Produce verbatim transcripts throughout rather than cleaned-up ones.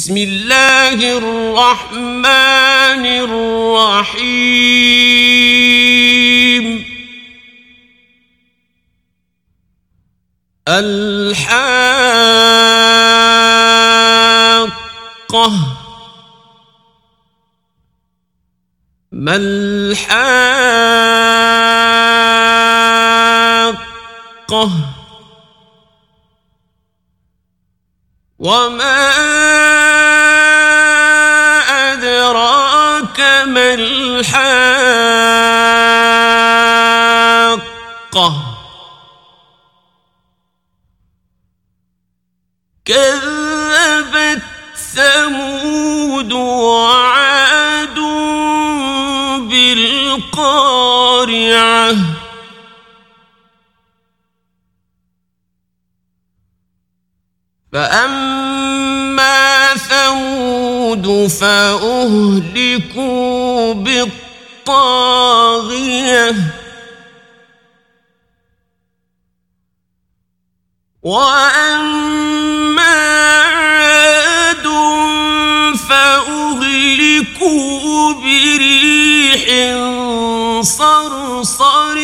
بسم الله الرحمن الرحيم الحاقة ما الحاقة وما أدراك ما الحاقة كذبت ثمود وعاد بالقارعة فأما ثمود فأهلكوا بالطاغية وأما عاد فأهلكوا بريح صرصر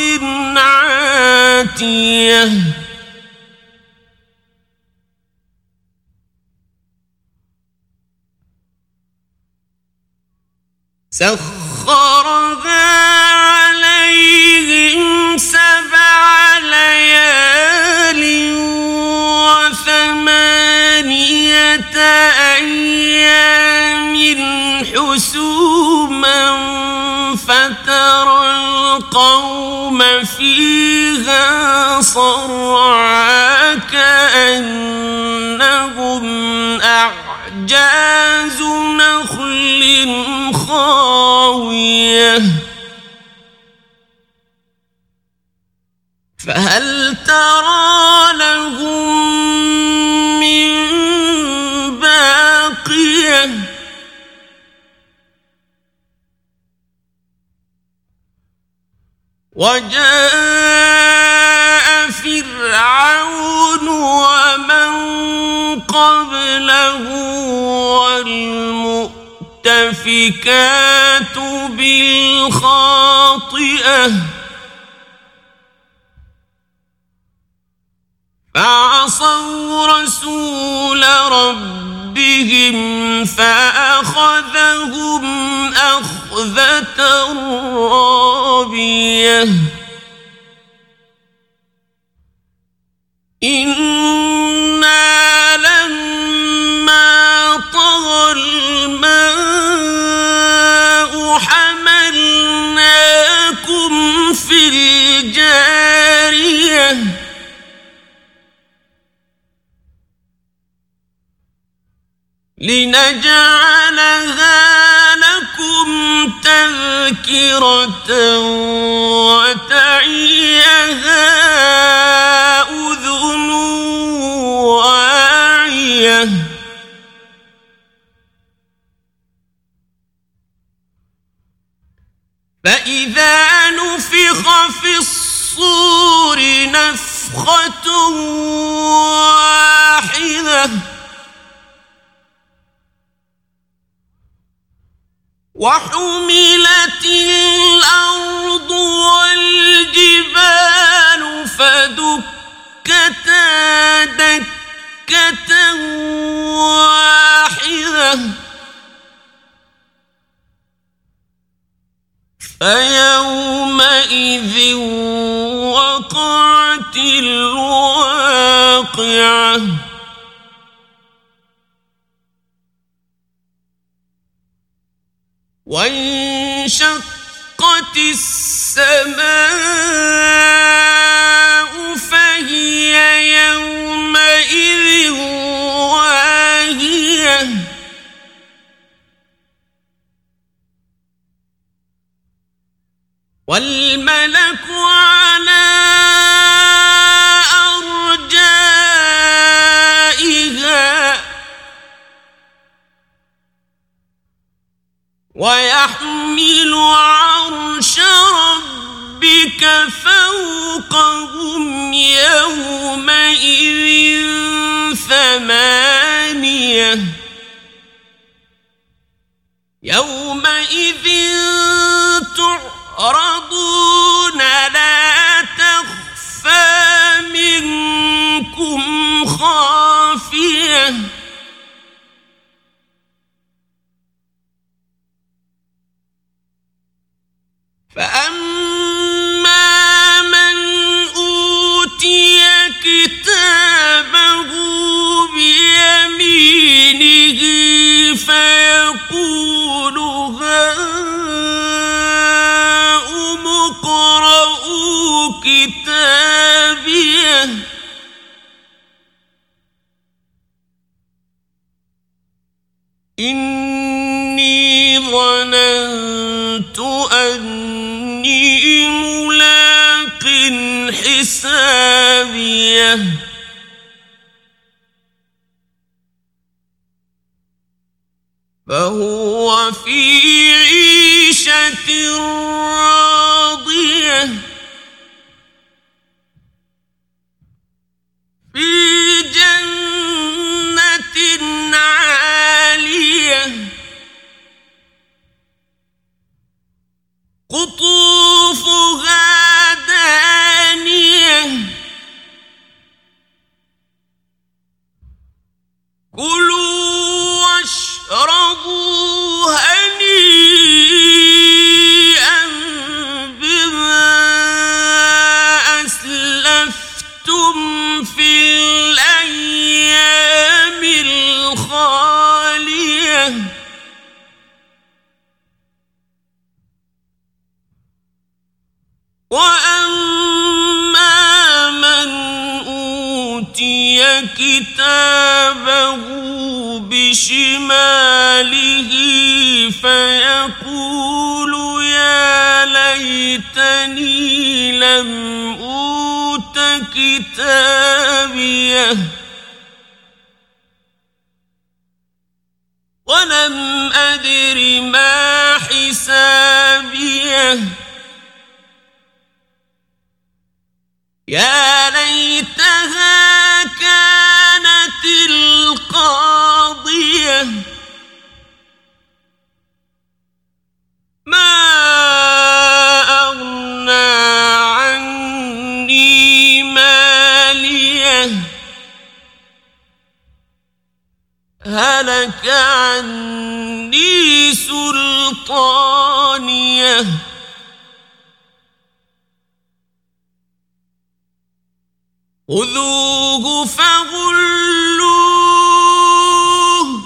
عاتية سخرها عليهم سبع ليال وثمانية أيام حسوما فترى القوم فيها صرعى كأنهم أعجاز نخل خاوية فهل ترى لهم من باقية وجاء فرعون ومن قبله والمؤتفكات بالخاطئة فعصوا رسول ربهم فأخذهم أخذة رابية إنا لما طغى الماء حملناكم في الجارية لنجعلها لكم تذكرة وتعيها أذن واعية فإذا نفخ في الصور نفخة واحدة وحملت الأرض والجبال فدكتا دكة واحدة فيومئذ وقعت الواقعة وانشقت السماء فهي يومئذ واهية والملك على أرجائها ويحمل عرش ربك فوقهم يومئذ ثمانية يومئذ تعرضون لا تخفى منكم خافية فأما من أوتي كتابه بيمينه فيقول هاؤم اقرءوا كتابيه إني ظننت أني ملاق حسابيه فهو في عيشة راضية في جنة عالية قطوفها دانية كلوا واشربوا هنيئا بما أسلفتم في الأيام الخالية وأما من أوتي كتابه بشماله فيقول يا ليتني لم أوت كتابيه ولم أدر ما حسابيه يا ليتها كانت القاضية ما أغنى عني ماليه هلك عني سلطانيه خذوه فغلوه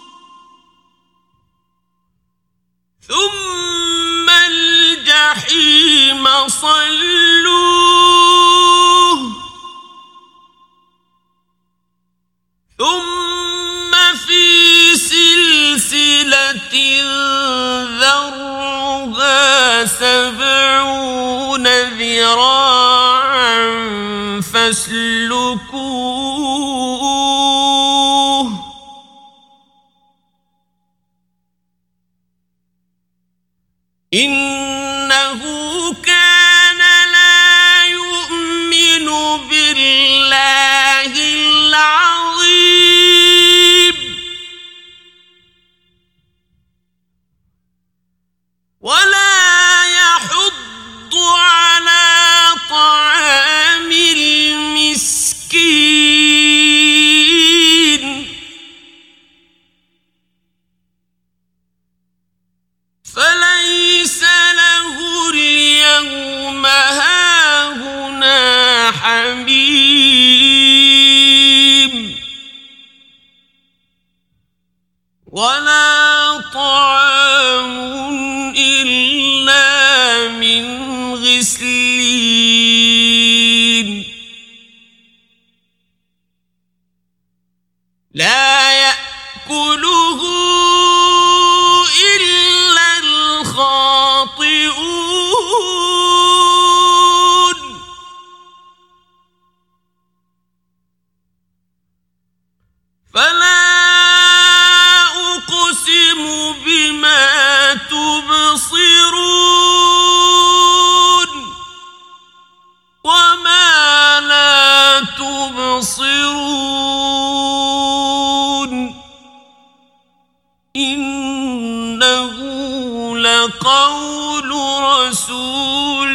ثم الجحيم صلوه ثم في سلسلة ذرعها سبعون ذراعا فاسلكوه إنه كان لا يؤمن بالله العظيم ولا يحض على طعام المسكين فليس له اليوم هاهنا حميم ولا طعام إلا من غسلين لا يأكله إلا الخاطئون فلا أقسم بما تبصرون وما لا تبصرون إنه لقول رسول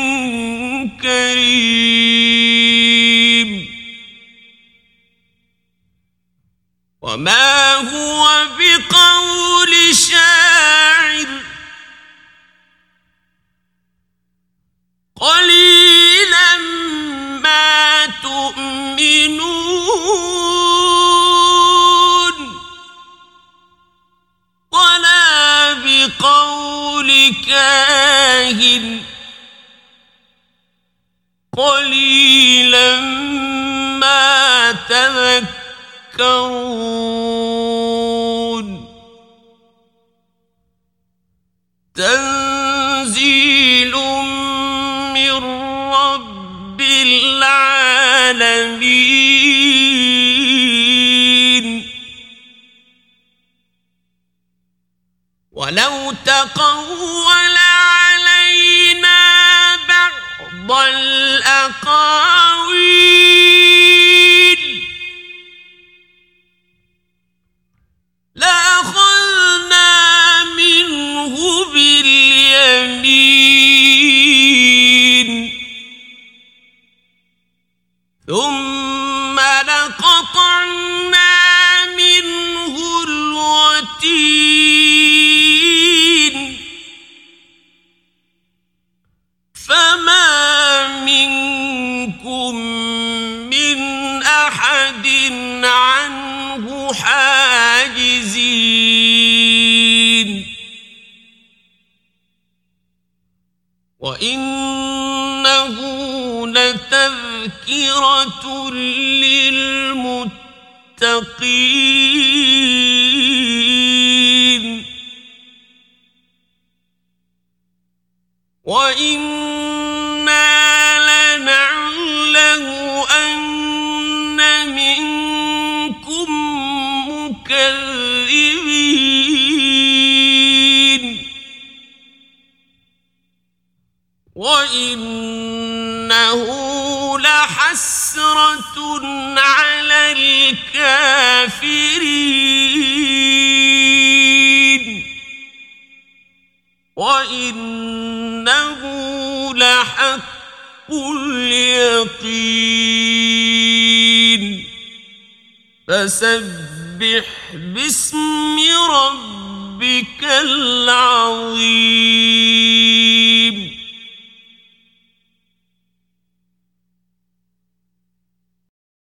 كريم وما هو بقول شاعر قليلا ما تؤمنون ولا بقول كاهن قليلا ما تذكرون تنزيل من رب العالمين ولو تقول علينا بعض الأقاويل لأخذنا منه باليمين ثم لقطعنا منه الوتين فما منكم من أحد عنه حاجزين وإنه لتذكرة للمتقين وإنا لنعلم أن منكم مكذبين وإنه لحسرة على الكافرين وإنه لحق اليقين فسبح باسم ربك العظيم